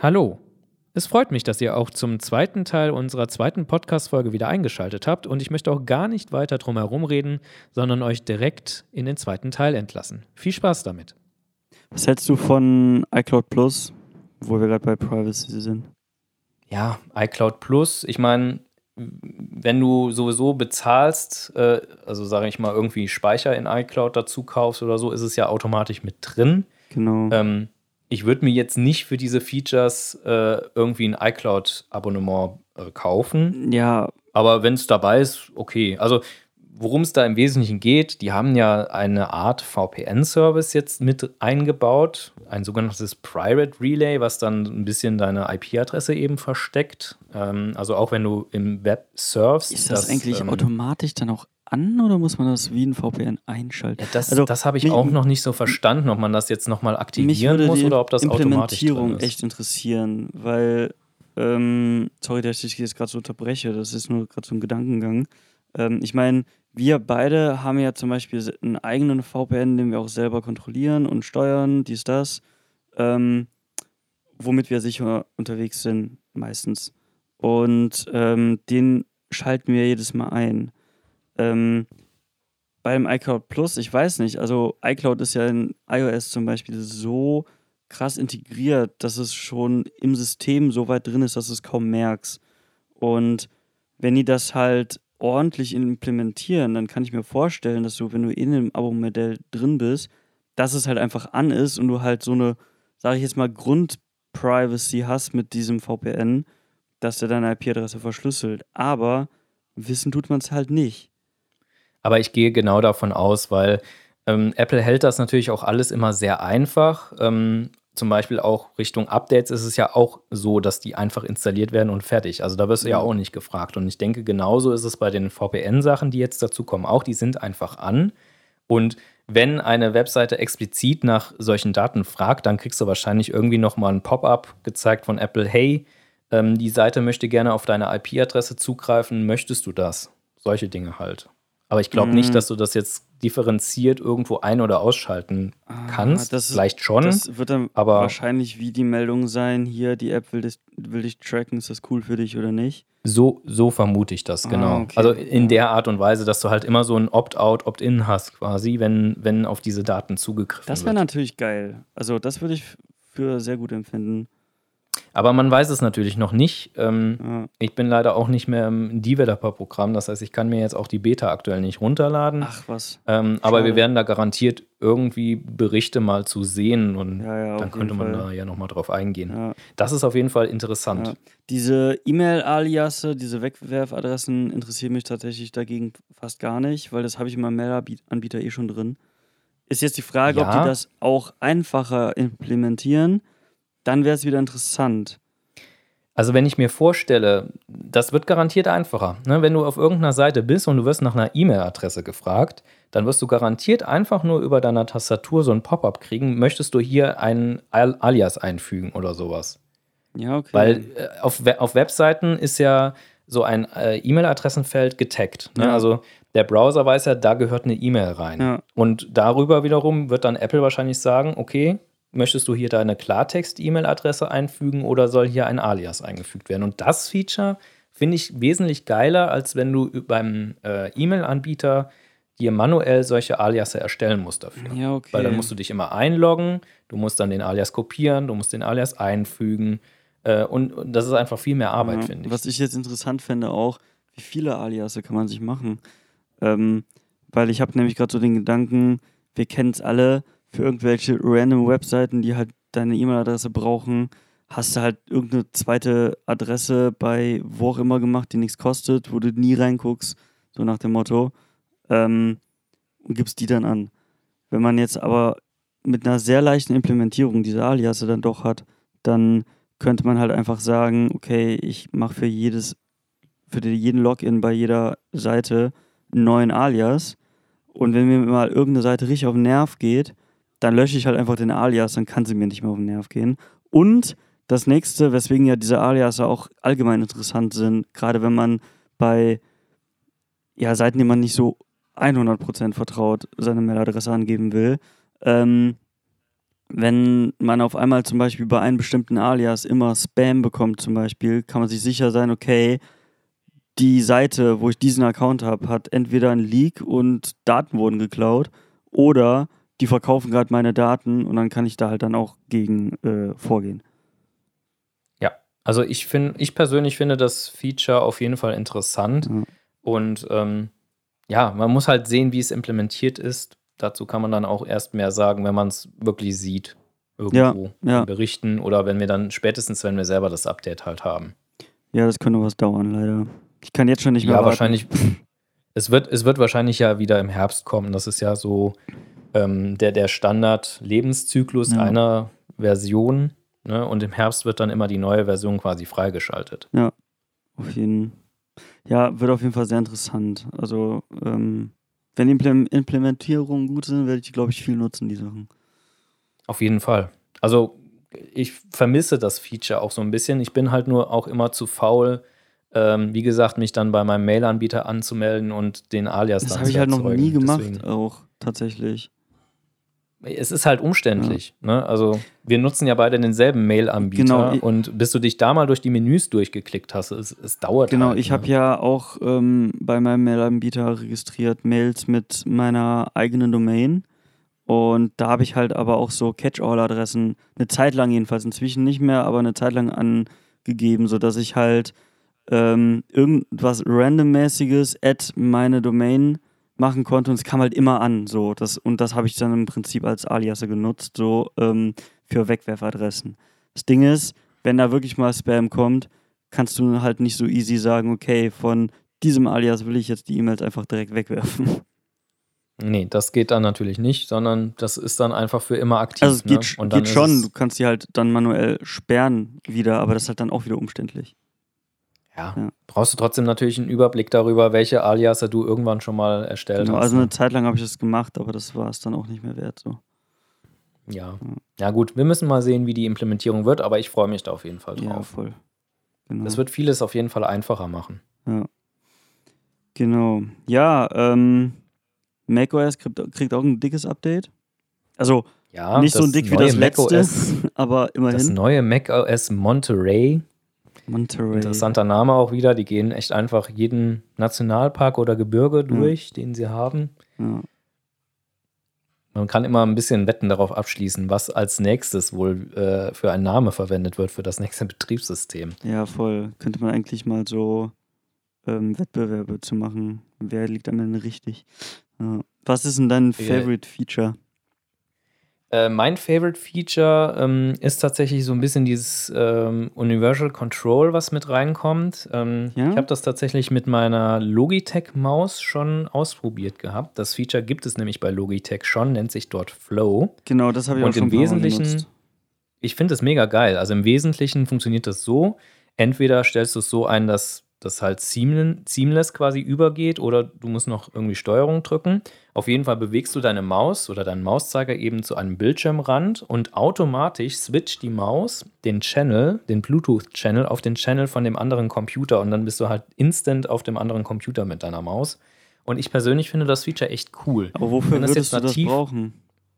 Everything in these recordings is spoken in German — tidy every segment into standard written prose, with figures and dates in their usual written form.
Hallo. Es freut mich, dass ihr auch zum zweiten Teil unserer zweiten Podcast-Folge wieder eingeschaltet habt und ich möchte auch gar nicht weiter drum herum reden, sondern euch direkt in den zweiten Teil entlassen. Viel Spaß damit. Was hältst du von iCloud Plus, wo wir gerade bei Privacy sind? Ja, iCloud Plus, ich meine, wenn du sowieso bezahlst, also sage ich mal irgendwie Speicher in iCloud dazu kaufst oder so, ist es ja automatisch mit drin. Genau. Ich würde mir jetzt nicht für diese Features irgendwie ein iCloud-Abonnement kaufen. Ja, Aber wenn es dabei ist, okay. Also, worum es da im Wesentlichen geht, die haben ja eine Art VPN-Service jetzt mit eingebaut, ein sogenanntes Private Relay, was dann ein bisschen deine IP-Adresse eben versteckt. Also auch wenn du im Web surfst. ist das eigentlich automatisch dann auch an oder muss man das wie ein VPN einschalten? Ja, das habe ich auch noch nicht so verstanden, ob man das jetzt nochmal aktivieren muss oder ob das automatisch drin Implementierung ist. echt interessieren, weil, sorry, dass ich jetzt gerade so unterbreche, das ist nur gerade so ein Gedankengang. Ich meine, wir beide haben ja zum Beispiel einen eigenen VPN, den wir auch selber kontrollieren und steuern, dies, das, womit wir sicher unterwegs sind, meistens. Und den schalten wir jedes Mal ein. Beim iCloud Plus, ich weiß nicht, also iCloud ist ja in iOS zum Beispiel so krass integriert, dass es schon im System so weit drin ist, dass du es kaum merkst. Und wenn die das halt ordentlich implementieren, dann kann ich mir vorstellen, dass du, wenn du in einem Abo-Modell drin bist, dass es halt einfach an ist und du halt so eine, sage ich jetzt mal, Grund-Privacy hast mit diesem VPN, dass der deine IP-Adresse verschlüsselt. Aber wissen tut man es halt nicht. Aber ich gehe genau davon aus, weil Apple hält das natürlich auch alles immer sehr einfach. Zum Beispiel auch Richtung Updates ist es ja auch so, dass die einfach installiert werden und fertig. Also da wirst du ja auch nicht gefragt. Und ich denke, genauso ist es bei den VPN-Sachen, die jetzt dazu kommen, auch. Die sind einfach an. Und wenn eine Webseite explizit nach solchen Daten fragt, dann kriegst du wahrscheinlich irgendwie nochmal ein Pop-up gezeigt von Apple. Hey, die Seite möchte gerne auf deine IP-Adresse zugreifen. Möchtest du das? Solche Dinge halt. Aber ich glaube nicht, dass du das jetzt differenziert irgendwo ein- oder ausschalten kannst. Vielleicht schon. Das wird dann aber wahrscheinlich wie die Meldung sein, hier, die App will dich tracken, ist das cool für dich oder nicht? so vermute ich das, genau. Okay, Also in der Art und Weise, dass du halt immer so ein Opt-out, Opt-in hast quasi, wenn auf diese Daten zugegriffen wird. Das wäre natürlich geil. Also das würde ich für sehr gut empfinden. Aber man weiß es natürlich noch nicht. Ich bin leider auch nicht mehr im Developer-Programm. Das heißt, ich kann mir jetzt auch die Beta aktuell nicht runterladen. Ach was. Aber wir werden da garantiert irgendwie Berichte mal zu sehen und Ja, dann könnte man da ja nochmal drauf eingehen. Ja. Das ist auf jeden Fall interessant. Ja. Diese E-Mail-Aliasse, diese Wegwerfadressen interessieren mich tatsächlich dagegen fast gar nicht, weil das habe ich in meinem Mail-Anbieter eh schon drin. Ist jetzt die Frage, ob die das auch einfacher implementieren. Dann wäre es wieder interessant. Also wenn ich mir vorstelle, das wird garantiert einfacher. Ne? Wenn du auf irgendeiner Seite bist und du wirst nach einer E-Mail-Adresse gefragt, dann wirst du garantiert einfach nur über deiner Tastatur so ein Pop-up kriegen, möchtest du hier einen Alias einfügen oder sowas. Ja, okay. Weil auf Webseiten ist ja so ein E-Mail-Adressenfeld getaggt. Ne? Ja. Also der Browser weiß ja, da gehört eine E-Mail rein. Ja. Und darüber wiederum wird dann Apple wahrscheinlich sagen, okay, möchtest du hier deine Klartext-E-Mail-Adresse einfügen oder soll hier ein Alias eingefügt werden? Und das Feature finde ich wesentlich geiler, als wenn du beim E-Mail-Anbieter dir manuell solche Aliasse erstellen musst dafür. Ja, okay. Weil dann musst du dich immer einloggen, du musst dann den Alias kopieren, du musst den Alias einfügen. Und das ist einfach viel mehr Arbeit, finde ich. Was ich jetzt interessant fände auch, wie viele Aliasse kann man sich machen? Weil ich habe nämlich gerade so den Gedanken, wir kennen es alle, für irgendwelche random Webseiten, die halt deine E-Mail-Adresse brauchen, hast du halt irgendeine zweite Adresse bei wo auch immer gemacht, die nichts kostet, wo du nie reinguckst, so nach dem Motto, und gibst die dann an. Wenn man jetzt aber mit einer sehr leichten Implementierung diese Aliasse dann doch hat, dann könnte man halt einfach sagen, okay, ich mache für jeden Login bei jeder Seite einen neuen Alias und wenn mir mal irgendeine Seite richtig auf den Nerv geht, dann lösche ich halt einfach den Alias, dann kann sie mir nicht mehr auf den Nerv gehen. Und das nächste, weswegen ja diese Aliasse auch allgemein interessant sind, gerade wenn man bei Seiten, die man nicht so 100% vertraut, seine Mailadresse angeben will, wenn man auf einmal zum Beispiel bei einem bestimmten Alias immer Spam bekommt zum Beispiel, kann man sich sicher sein, okay, die Seite, wo ich diesen Account habe, hat entweder einen Leak und Daten wurden geklaut oder die verkaufen gerade meine Daten und dann kann ich da halt dann auch gegen vorgehen. Ja, also ich persönlich finde das Feature auf jeden Fall interessant. Ja. Und ja, man muss halt sehen, wie es implementiert ist. Dazu kann man dann auch erst mehr sagen, wenn man es wirklich sieht. Irgendwo Ja. in Berichten oder wenn wir selber das Update halt haben. Ja, das könnte was dauern, leider. Ich kann jetzt schon nicht mehr warten. Wahrscheinlich. Es wird wahrscheinlich ja wieder im Herbst kommen. Das ist ja so der Standard-Lebenszyklus einer Version. Ne? Und im Herbst wird dann immer die neue Version quasi freigeschaltet. Ja, wird auf jeden Fall sehr interessant. Also, wenn die Implementierungen gut sind, werde ich, glaube ich, viel nutzen, die Sachen. Auf jeden Fall. Also, ich vermisse das Feature auch so ein bisschen. Ich bin halt nur auch immer zu faul, wie gesagt, mich dann bei meinem Mail-Anbieter anzumelden und den Alias Das dann habe zu ich halt noch erzeugen. nie gemacht, Deswegen. auch tatsächlich. Es ist halt umständlich. Ne? Also, wir nutzen ja beide denselben Mail-Anbieter Genau, und bis du dich da mal durch die Menüs durchgeklickt hast, es dauert Genau, halt. ich habe ja auch bei meinem Mail-Anbieter registriert Mails mit meiner eigenen Domain. Und da habe ich halt aber auch so Catch-all-Adressen, eine Zeit lang jedenfalls, inzwischen nicht mehr, aber eine Zeit lang angegeben, sodass ich halt irgendwas Randommäßiges at meine Domain machen konnte und es kam halt immer an. So, und das habe ich dann im Prinzip als Aliasse genutzt, so für Wegwerfadressen. Das Ding ist, wenn da wirklich mal Spam kommt, kannst du halt nicht so easy sagen, okay, von diesem Alias will ich jetzt die E-Mails einfach direkt wegwerfen. Nee, das geht dann natürlich nicht, sondern das ist dann einfach für immer aktiv. Also es geht, Und dann geht schon, du kannst die halt dann manuell sperren wieder, aber das ist halt dann auch wieder umständlich. Ja, brauchst du trotzdem natürlich einen Überblick darüber, welche Aliasse du irgendwann schon mal erstellt Genau, hast. also eine Zeit lang habe ich das gemacht, aber das war es dann auch nicht mehr wert. So. Ja gut, wir müssen mal sehen, wie die Implementierung wird, aber ich freue mich da auf jeden Fall drauf. Ja, voll. Genau. Das wird vieles auf jeden Fall einfacher machen. Ja. Genau. Ja, macOS kriegt auch ein dickes Update. Also nicht so dick wie das letzte, aber immerhin. Das neue macOS Monterey. Interessanter Name auch wieder. Die gehen echt einfach jeden Nationalpark oder Gebirge durch, den sie haben. Ja. Man kann immer ein bisschen Wetten darauf abschließen, was als nächstes wohl für ein Name verwendet wird für das nächste Betriebssystem. Ja, voll. Könnte man eigentlich mal so Wettbewerbe zu machen. Wer liegt am Ende richtig? Ja. Was ist denn dein Favorite Feature? Mein Favorite Feature ist tatsächlich so ein bisschen dieses Universal Control, was mit reinkommt. Ich habe das tatsächlich mit meiner Logitech-Maus schon ausprobiert gehabt. Das Feature gibt es nämlich bei Logitech schon, nennt sich dort Flow. Genau, das habe ich auch schon im Wesentlichen, ich finde es mega geil. Also im Wesentlichen funktioniert das so, entweder stellst du es so ein, dass das halt seamless quasi übergeht oder du musst noch irgendwie Steuerung drücken. Auf jeden Fall bewegst du deine Maus oder deinen Mauszeiger eben zu einem Bildschirmrand und automatisch switcht die Maus den Bluetooth-Channel auf den Channel von dem anderen Computer und dann bist du halt instant auf dem anderen Computer mit deiner Maus. Und ich persönlich finde das Feature echt cool. Aber wofür würdest du das brauchen?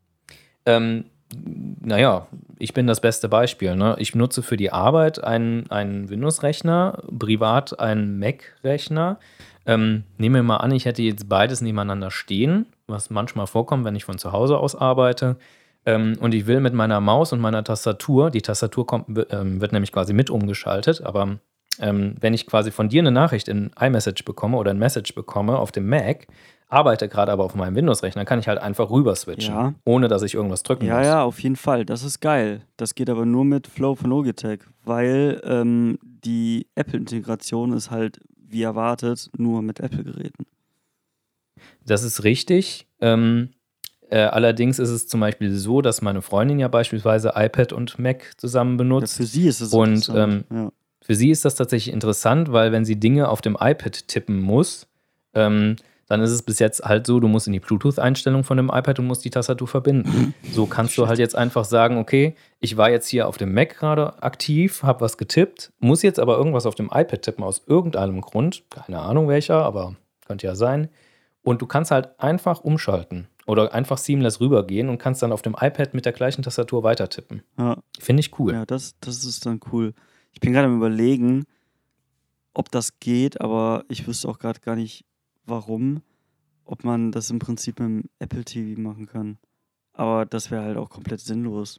Naja, ich bin das beste Beispiel. Ne? Ich nutze für die Arbeit einen Windows-Rechner, privat einen Mac-Rechner. Nehmen wir mal an, ich hätte jetzt beides nebeneinander stehen, was manchmal vorkommt, wenn ich von zu Hause aus arbeite. Und ich will mit meiner Maus und meiner Tastatur, die Tastatur wird nämlich quasi mit umgeschaltet, aber wenn ich quasi von dir eine Nachricht in iMessage bekomme oder ein Message bekomme auf dem Mac, arbeite gerade aber auf meinem Windows-Rechner, kann ich halt einfach rüber switchen, ohne dass ich irgendwas drücken muss. Ja, auf jeden Fall. Das ist geil. Das geht aber nur mit Flow von Logitech, weil die Apple-Integration ist halt, wie erwartet, nur mit Apple-Geräten. Das ist richtig. Allerdings ist es zum Beispiel so, dass meine Freundin ja beispielsweise iPad und Mac zusammen benutzt. Ja, für sie ist es interessant. Für sie ist das tatsächlich interessant, weil wenn sie Dinge auf dem iPad tippen muss, dann ist es bis jetzt halt so, du musst in die Bluetooth-Einstellung von dem iPad und musst die Tastatur verbinden. So kannst du halt jetzt einfach sagen, okay, ich war jetzt hier auf dem Mac gerade aktiv, habe was getippt, muss jetzt aber irgendwas auf dem iPad tippen aus irgendeinem Grund, keine Ahnung welcher, aber könnte ja sein. Und du kannst halt einfach umschalten. oder einfach seamless rübergehen und kannst dann auf dem iPad mit der gleichen Tastatur weiter tippen. Ja, Finde ich cool. ja, das ist dann cool. Ich bin gerade am Überlegen, ob das geht, aber ich wüsste auch gerade gar nicht, warum. Ob man das im Prinzip mit dem Apple TV machen kann. Aber das wäre halt auch komplett sinnlos.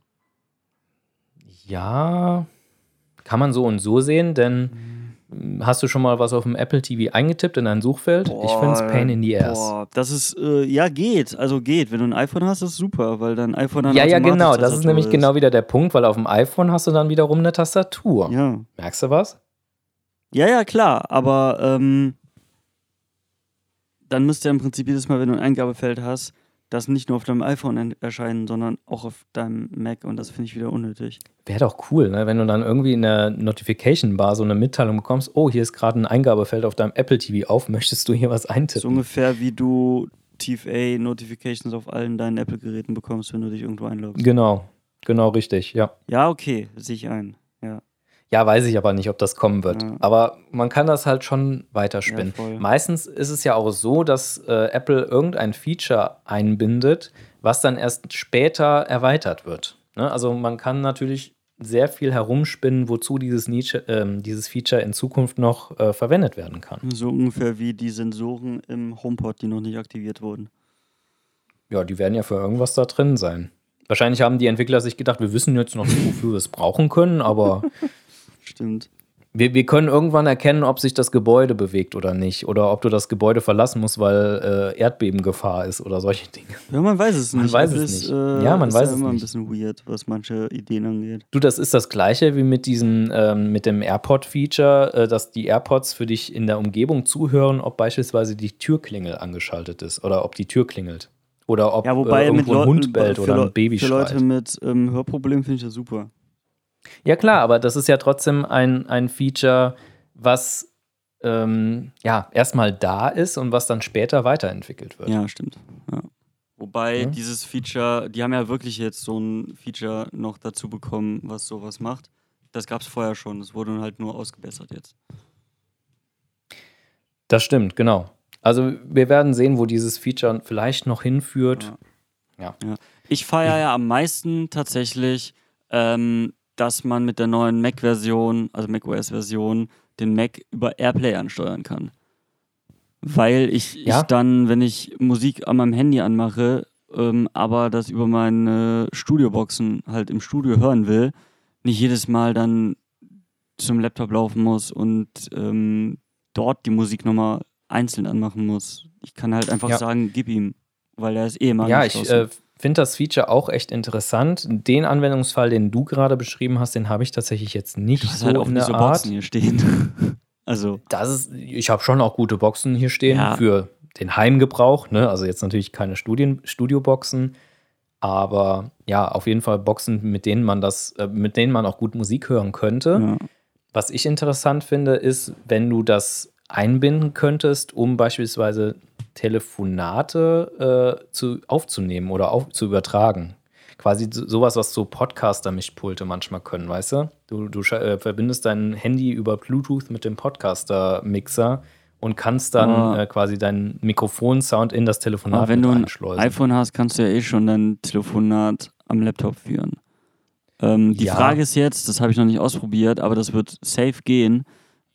Ja, kann man so und so sehen, denn hast du schon mal was auf dem Apple TV eingetippt in ein Suchfeld? Ich finde es pain in the ass. Boah, das ist, ja, geht. Also geht. Wenn du ein iPhone hast, ist es super, weil dein iPhone dann Ja, automatisch genau. Das ist Tastatur nämlich genau wieder der Punkt, weil auf dem iPhone hast du dann wiederum eine Tastatur. Ja. Merkst du was? Ja, klar. Aber dann müsste ja im Prinzip jedes Mal, wenn du ein Eingabefeld hast, das nicht nur auf deinem iPhone erscheinen, sondern auch auf deinem Mac. Und das finde ich wieder unnötig. Wäre doch cool, ne? Wenn du dann irgendwie in der Notification Bar so eine Mitteilung bekommst, oh, hier ist gerade ein Eingabefeld auf deinem Apple TV auf, möchtest du hier was eintippen? So ungefähr wie du TVA-Notifications auf allen deinen Apple-Geräten bekommst, wenn du dich irgendwo einloggst. Genau richtig, ja. Ja, okay, sehe ich ein. Ja. Ja, weiß ich aber nicht, ob das kommen wird. Ja. Aber man kann das halt schon weiterspinnen. Ja, voll. Meistens ist es ja auch so, dass Apple irgendein Feature einbindet, was dann erst später erweitert wird. Ne? Also man kann natürlich sehr viel herumspinnen, wozu dieses Feature in Zukunft noch verwendet werden kann. So ungefähr wie die Sensoren im HomePod, die noch nicht aktiviert wurden. Ja, die werden ja für irgendwas da drin sein. Wahrscheinlich haben die Entwickler sich gedacht, wir wissen jetzt noch nicht, wofür wir es brauchen können, aber Stimmt. wir können irgendwann erkennen, ob sich das Gebäude bewegt oder nicht. Oder ob du das Gebäude verlassen musst, weil Erdbebengefahr ist oder solche Dinge. Ja, man weiß es nicht. Man weiß es nicht. Ja, man weiß es immer ein nicht. bisschen weird, was manche Ideen angeht. Du, das ist das Gleiche wie mit mit dem AirPod-Feature, dass die AirPods für dich in der Umgebung zuhören, ob beispielsweise die Türklingel angeschaltet ist oder ob die Tür klingelt. Oder ob Ja, wobei mit irgendwo ein Hund bellt oder ein Baby für schreit. Leute mit Hörproblemen finde ich das super. Ja klar, aber das ist ja trotzdem ein Feature, was erstmal da ist und was dann später weiterentwickelt wird. Ja, stimmt. Ja. Wobei dieses Feature, die haben ja wirklich jetzt so ein Feature noch dazu bekommen, was sowas macht. Das gab es vorher schon, es wurde halt nur ausgebessert jetzt. Das stimmt, genau. Also wir werden sehen, wo dieses Feature vielleicht noch hinführt. Ja. Ich feiere ja am meisten tatsächlich, dass man mit der neuen Mac-Version, also macOS-Version, den Mac über AirPlay ansteuern kann. Weil ich dann, wenn ich Musik an meinem Handy anmache, aber das über meine Studioboxen halt im Studio hören will, nicht jedes Mal dann zum Laptop laufen muss und dort die Musik nochmal einzeln anmachen muss. Ich kann halt einfach sagen, gib ihm, weil er ist immer angeschlossen. Ja, ich finde das Feature auch echt interessant. Den Anwendungsfall, den du gerade beschrieben hast, den habe ich tatsächlich jetzt nicht so halt auch in der so Art. Boxen hier stehen. Also ich habe schon auch gute Boxen hier stehen für den Heimgebrauch. Ne? Also jetzt natürlich keine Studioboxen, aber ja, auf jeden Fall Boxen, mit denen man auch gut Musik hören könnte. Ja. Was ich interessant finde, ist, wenn du das einbinden könntest, um beispielsweise Telefonate aufzunehmen oder zu übertragen. Quasi sowas, was so Podcaster-Mischpulte manchmal können, weißt du? Du verbindest dein Handy über Bluetooth mit dem Podcaster-Mixer und kannst dann quasi deinen Mikrofonsound in das Telefonat einschleusen. Wenn du ein iPhone hast, kannst du ja schon dein Telefonat am Laptop führen. Die Frage ist jetzt, das habe ich noch nicht ausprobiert, aber das wird safe gehen,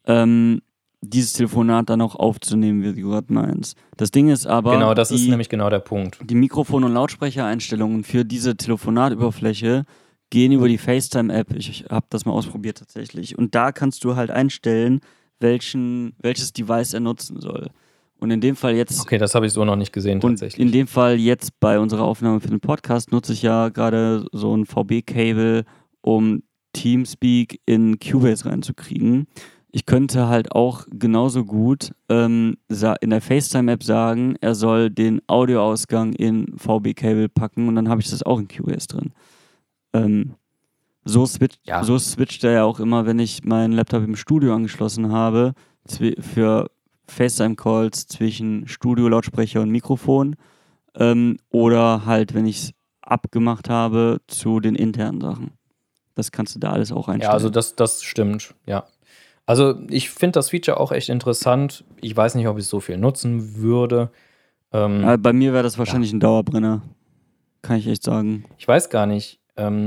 dieses Telefonat dann auch aufzunehmen, wie du gerade meinst. Das Ding ist aber, genau, das ist nämlich genau der Punkt. Die Mikrofon- und Lautsprechereinstellungen für diese Telefonatüberfläche gehen über die FaceTime-App. Ich habe das mal ausprobiert tatsächlich. Und da kannst du halt einstellen, welches Device er nutzen soll. Und in dem Fall jetzt... Okay, das habe ich so noch nicht gesehen tatsächlich. Und in dem Fall jetzt bei unserer Aufnahme für den Podcast nutze ich ja gerade so ein VB-Cable, um Teamspeak in Cubase reinzukriegen. Ich könnte halt auch genauso gut in der FaceTime-App sagen, er soll den Audioausgang in VB-Cable packen und dann habe ich das auch in Cubase drin. So switcht er ja auch immer, wenn ich meinen Laptop im Studio angeschlossen habe, für FaceTime-Calls zwischen Studio, Lautsprecher und Mikrofon oder halt, wenn ich es abgemacht habe, zu den internen Sachen. Das kannst du da alles auch einstellen. Ja, also das stimmt, ja. Also ich finde das Feature auch echt interessant. Ich weiß nicht, ob ich es so viel nutzen würde. Bei mir wäre das wahrscheinlich ein Dauerbrenner. Kann ich echt sagen. Ich weiß gar nicht.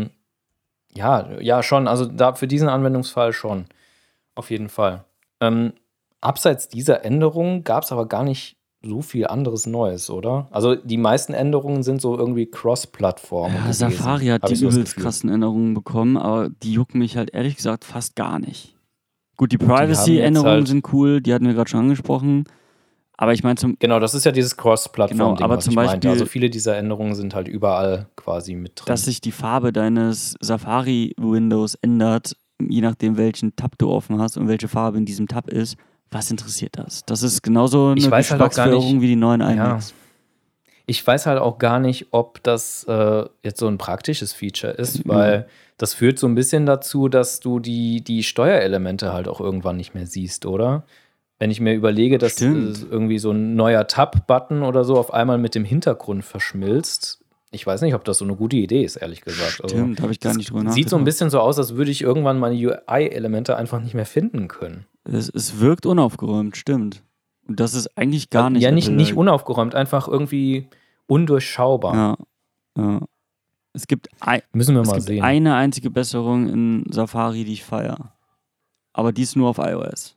Ja, schon. Also für diesen Anwendungsfall schon. Auf jeden Fall. Abseits dieser Änderungen gab es aber gar nicht so viel anderes Neues, oder? Also die meisten Änderungen sind so irgendwie Cross-Plattform gewesen. Safari hat Hab die ich so das übelst Gefühl. krassen Änderungen bekommen, aber die jucken mich halt ehrlich gesagt fast gar nicht. Gut, die haben Privacy-Änderungen jetzt sind cool, die hatten wir gerade schon angesprochen. Aber ich meine Genau, das ist ja dieses Cross-Plattform-Ding, Genau, aber was zum ich meinte. Beispiel- Also viele dieser Änderungen sind halt überall quasi mit drin. dass sich die Farbe deines Safari-Windows ändert, je nachdem, welchen Tab du offen hast und welche Farbe in diesem Tab ist. Was interessiert das? Das ist genauso eine Ich weiß halt auch gar Geschmacksverirrung nicht- wie die neuen Ja. iMacs. Ich weiß halt auch gar nicht, ob das jetzt so ein praktisches Feature ist, weil das führt so ein bisschen dazu, dass du die Steuerelemente halt auch irgendwann nicht mehr siehst, oder? Wenn ich mir überlege, dass Stimmt. irgendwie so ein neuer Tab-Button oder so auf einmal mit dem Hintergrund verschmilzt. Ich weiß nicht, ob das so eine gute Idee ist, ehrlich gesagt. Stimmt, habe ich gar nicht drüber nachgedacht. Sieht so ein bisschen so aus, als würde ich irgendwann meine UI-Elemente einfach nicht mehr finden können. Es wirkt unaufgeräumt, stimmt. Und das ist eigentlich gar nicht. Ja, nicht Apple-like. unaufgeräumt, einfach irgendwie undurchschaubar. Ja. Es gibt, Müssen wir es mal gibt sehen. eine einzige Besserung in Safari, die ich feiere. Aber die ist nur auf iOS.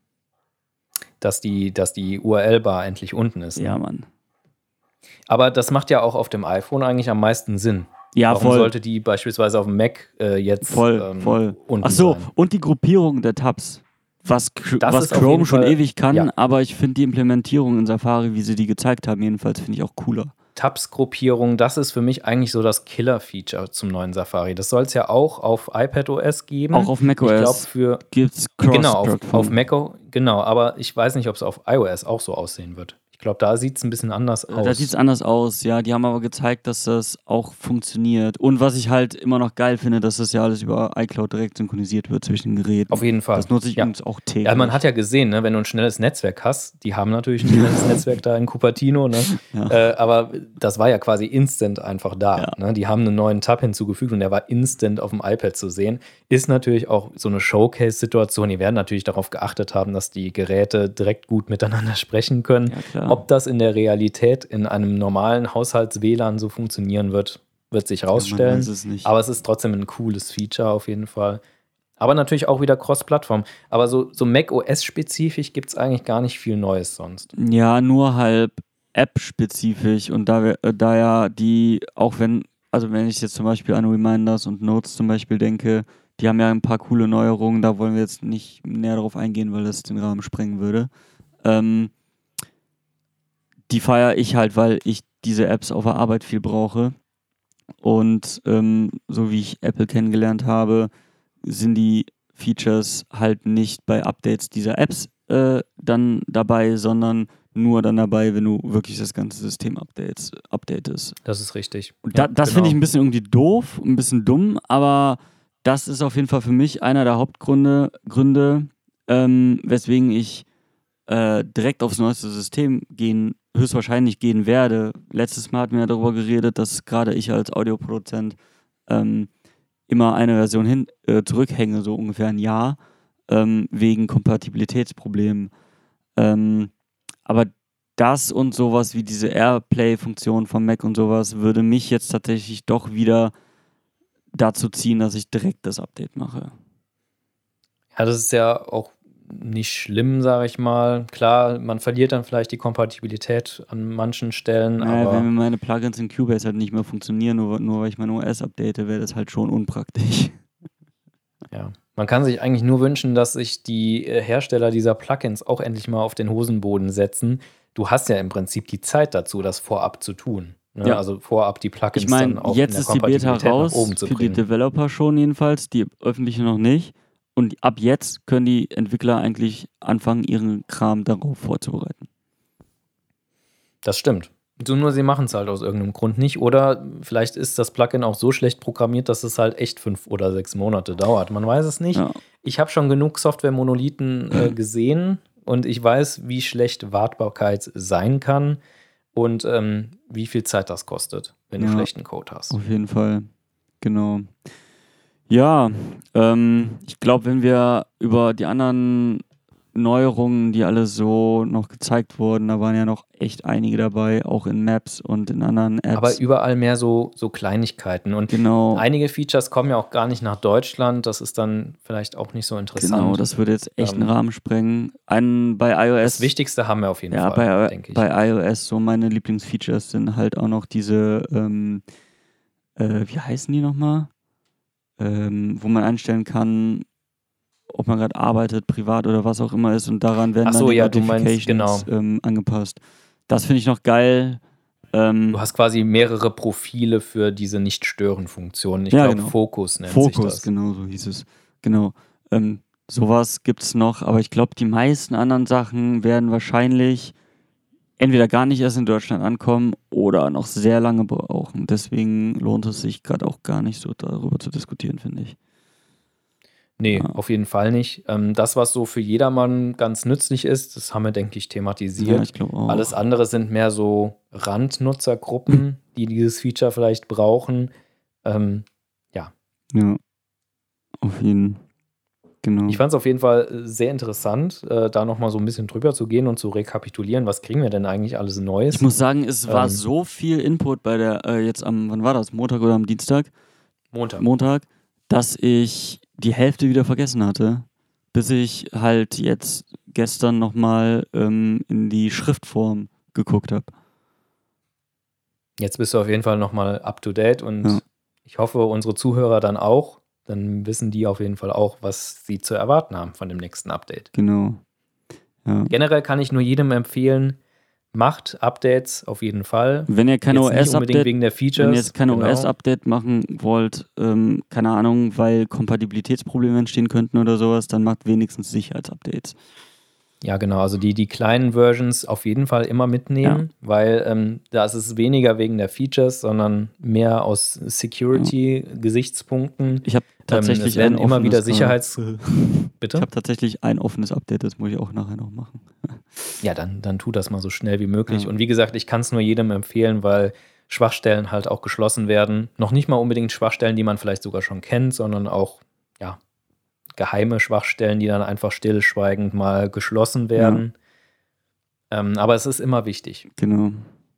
Dass die URL-Bar endlich unten ist. Ne? Ja, Mann. Aber das macht ja auch auf dem iPhone eigentlich am meisten Sinn. Ja, Warum voll. sollte die beispielsweise auf dem Mac jetzt Voll. unten Ach so, sein? und die Gruppierung der Tabs. Was Das ist auf Chrome jeden schon Fall- ewig kann, ja. aber ich finde die Implementierung in Safari, wie sie die gezeigt haben, jedenfalls finde ich auch cooler. Tabs-Gruppierung, das ist für mich eigentlich so das Killer-Feature zum neuen Safari. Das soll es ja auch auf iPadOS geben. Auch auf macOS Ich glaube für gibt's genau auf Cross-Plattform. Mac, genau, aber ich weiß nicht, ob es auf iOS auch so aussehen wird. Ich glaube, da sieht es ein bisschen anders aus. Da sieht es anders aus, ja. Die haben aber gezeigt, dass das auch funktioniert. Und was ich halt immer noch geil finde, dass das ja alles über iCloud direkt synchronisiert wird zwischen den Geräten. Auf jeden Fall. Das nutze ich Ja. übrigens auch täglich. Ja, man hat ja gesehen, ne, wenn du ein schnelles Netzwerk hast, die haben natürlich ein schnelles Netzwerk da in Cupertino, ne? Ja. Aber das war ja quasi instant einfach da. Ja. Ne? Die haben einen neuen Tab hinzugefügt und der war instant auf dem iPad zu sehen. Ist natürlich auch so eine Showcase-Situation. Die werden natürlich darauf geachtet haben, dass die Geräte direkt gut miteinander sprechen können. Ja, klar. Ob das in der Realität in einem normalen Haushalts-WLAN so funktionieren wird, wird sich rausstellen. weiß es nicht. Aber es ist trotzdem ein cooles Feature auf jeden Fall. Aber natürlich auch wieder Cross-Plattform. Aber so macOS-spezifisch gibt es eigentlich gar nicht viel Neues sonst. Ja, nur halb App-spezifisch. Und da ja die, auch wenn ich jetzt zum Beispiel an Reminders und Notes zum Beispiel denke, die haben ja ein paar coole Neuerungen, da wollen wir jetzt nicht näher drauf eingehen, weil das den Rahmen sprengen würde. Die feiere ich halt, weil ich diese Apps auf der Arbeit viel brauche. Und so wie ich Apple kennengelernt habe, sind die Features halt nicht bei Updates dieser Apps dann dabei, sondern nur dann dabei, wenn du wirklich das ganze System updatest. Das ist richtig. Und Ja, das genau. finde ich ein bisschen irgendwie doof, ein bisschen dumm, aber das ist auf jeden Fall für mich einer der Hauptgründe, weswegen ich direkt aufs neueste System höchstwahrscheinlich gehen werde. Letztes Mal hatten wir ja darüber geredet, dass gerade ich als Audioproduzent immer eine Version zurückhänge, so ungefähr ein Jahr, wegen Kompatibilitätsproblemen. Aber das und sowas wie diese Airplay-Funktion von Mac und sowas würde mich jetzt tatsächlich doch wieder dazu ziehen, dass ich direkt das Update mache. Ja, das ist ja auch nicht schlimm, sage ich mal. Klar, man verliert dann vielleicht die Kompatibilität an manchen Stellen, aber wenn meine Plugins in Cubase halt nicht mehr funktionieren, nur weil ich mein OS update, wäre das halt schon unpraktisch. ja. Man kann sich eigentlich nur wünschen, dass sich die Hersteller dieser Plugins auch endlich mal auf den Hosenboden setzen. Du hast ja im Prinzip die Zeit dazu, das vorab zu tun. Ne? Ja. Also vorab die Plugins Ich dann meine, auch jetzt in der ist die Beta Kompatibilität nach raus, oben zu für die bringen. Developer schon jedenfalls, die öffentliche noch nicht. Und ab jetzt können die Entwickler eigentlich anfangen, ihren Kram darauf vorzubereiten. Das stimmt. Nur sie machen es halt aus irgendeinem Grund nicht. Oder vielleicht ist das Plugin auch so schlecht programmiert, dass es halt echt 5 oder 6 Monate dauert. Man weiß es nicht. Ja. Ich habe schon genug Software-Monolithen gesehen und ich weiß, wie schlecht Wartbarkeit sein kann und wie viel Zeit das kostet, wenn du Ja. schlechten Code hast. Auf jeden Fall, genau. Ja, ich glaube, wenn wir über die anderen Neuerungen, die alle so noch gezeigt wurden. Da waren ja noch echt einige dabei, auch in Maps und in anderen Apps. Aber überall mehr so Kleinigkeiten. Und Genau. einige Features kommen ja auch gar nicht nach Deutschland. Das ist dann vielleicht auch nicht so interessant. Genau, das würde jetzt echt einen Rahmen sprengen. Bei iOS. Das Wichtigste haben wir auf jeden Fall, denke ich. Bei iOS, so meine Lieblingsfeatures sind halt auch noch diese, wie heißen die nochmal? Wo man einstellen kann, ob man gerade arbeitet, privat oder was auch immer ist, und daran werden dann die Notifications angepasst. Das finde ich noch geil. Du hast quasi mehrere Profile für diese Nicht-Stören-Funktion. Ich glaube, genau. Fokus nennt sich das. Fokus, genau, so hieß es. Genau. Sowas gibt es noch, aber ich glaube, die meisten anderen Sachen werden wahrscheinlich entweder gar nicht erst in Deutschland ankommen oder noch sehr lange brauchen. Deswegen lohnt es sich gerade auch gar nicht so darüber zu diskutieren, finde ich. Nee, auf jeden Fall nicht. Das, was so für jedermann ganz nützlich ist, das haben wir, denke ich, thematisiert. Ja, ich glaube auch. Alles andere sind mehr so Randnutzergruppen, die dieses Feature vielleicht brauchen. Ja. Ja, auf jeden Fall. Genau. Ich fand es auf jeden Fall sehr interessant, da nochmal so ein bisschen drüber zu gehen und zu rekapitulieren, was kriegen wir denn eigentlich alles Neues. Ich muss sagen, es war so viel Input bei der, jetzt wann war das, Montag oder am Dienstag? Montag, dass ich die Hälfte wieder vergessen hatte, bis ich halt jetzt gestern nochmal in die Schriftform geguckt habe. Jetzt bist du auf jeden Fall nochmal up to date und ich hoffe, unsere Zuhörer dann auch. Dann wissen die auf jeden Fall auch, was sie zu erwarten haben von dem nächsten Update. Genau. Ja. Generell kann ich nur jedem empfehlen, macht Updates auf jeden Fall. Wenn ihr keine OS-Update wegen der Features. Wenn ihr jetzt keine OS-Update machen wollt, keine Ahnung, weil Kompatibilitätsprobleme entstehen könnten oder sowas, dann macht wenigstens Sicherheitsupdates. Ja, genau. Also die kleinen Versions auf jeden Fall immer mitnehmen, weil da ist es weniger wegen der Features, sondern mehr aus Security-Gesichtspunkten. Ich habe tatsächlich es werden immer wieder Bitte? Ich habe tatsächlich ein offenes Update, das muss ich auch nachher noch machen. Ja, dann tu das mal so schnell wie möglich. Und wie gesagt, ich kann es nur jedem empfehlen, weil Schwachstellen halt auch geschlossen werden. Noch nicht mal unbedingt Schwachstellen, die man vielleicht sogar schon kennt, sondern auch, geheime Schwachstellen, die dann einfach stillschweigend mal geschlossen werden. Ja. Aber es ist immer wichtig. Genau.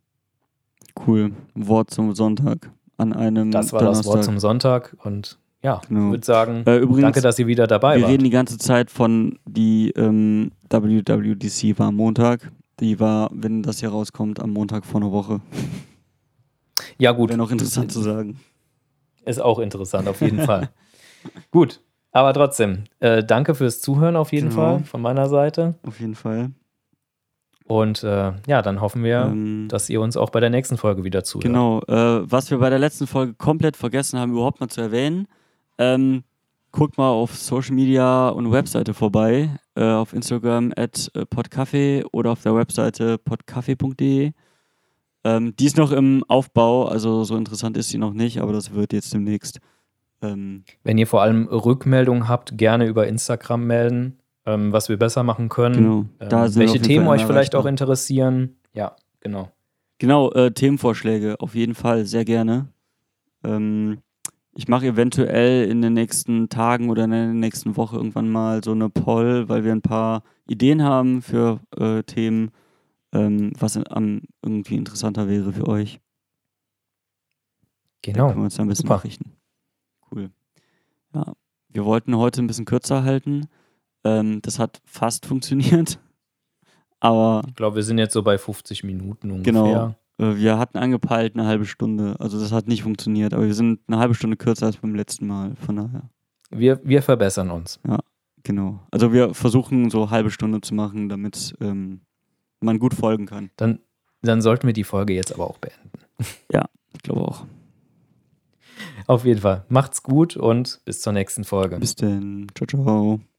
Cool. Wort zum Sonntag an einem Das war Donnerstag. Das Wort zum Sonntag und ich würde sagen, übrigens, danke, dass ihr wieder dabei wart. Wir reden die ganze Zeit von die WWDC war am Montag. Die war, wenn das hier rauskommt, am Montag vor einer Woche. Ja, gut. Wäre noch interessant zu sagen. Ist auch interessant, auf jeden Fall. Gut. Aber trotzdem, danke fürs Zuhören auf jeden Fall von meiner Seite. Auf jeden Fall. Und dann hoffen wir, dass ihr uns auch bei der nächsten Folge wieder zuhört. Genau, was wir bei der letzten Folge komplett vergessen haben, überhaupt mal zu erwähnen, guckt mal auf Social Media und Webseite vorbei, auf Instagram @podcaffe oder auf der Webseite podcaffe.de. Die ist noch im Aufbau, also so interessant ist sie noch nicht, aber das wird jetzt demnächst. Wenn ihr vor allem Rückmeldungen habt, gerne über Instagram melden, was wir besser machen können. Genau. Welche Themen euch vielleicht auch interessieren. Ja, genau. Genau, Themenvorschläge auf jeden Fall, sehr gerne. Ich mache eventuell in den nächsten Tagen oder in der nächsten Woche irgendwann mal so eine Poll, weil wir ein paar Ideen haben für Themen, was irgendwie interessanter wäre für euch. Genau. Da können wir uns da ein bisschen nachrichten. Cool. Ja, wir wollten heute ein bisschen kürzer halten. Das hat fast funktioniert. Aber ich glaube, wir sind jetzt so bei 50 Minuten ungefähr. Genau. Wir hatten angepeilt eine halbe Stunde. Also das hat nicht funktioniert. Aber wir sind eine halbe Stunde kürzer als beim letzten Mal. Von daher. Wir verbessern uns. Ja, genau. Also wir versuchen so eine halbe Stunde zu machen, damit man gut folgen kann. Dann sollten wir die Folge jetzt aber auch beenden. Ja, ich glaube auch. Auf jeden Fall. Macht's gut und bis zur nächsten Folge. Bis dann. Ciao, ciao.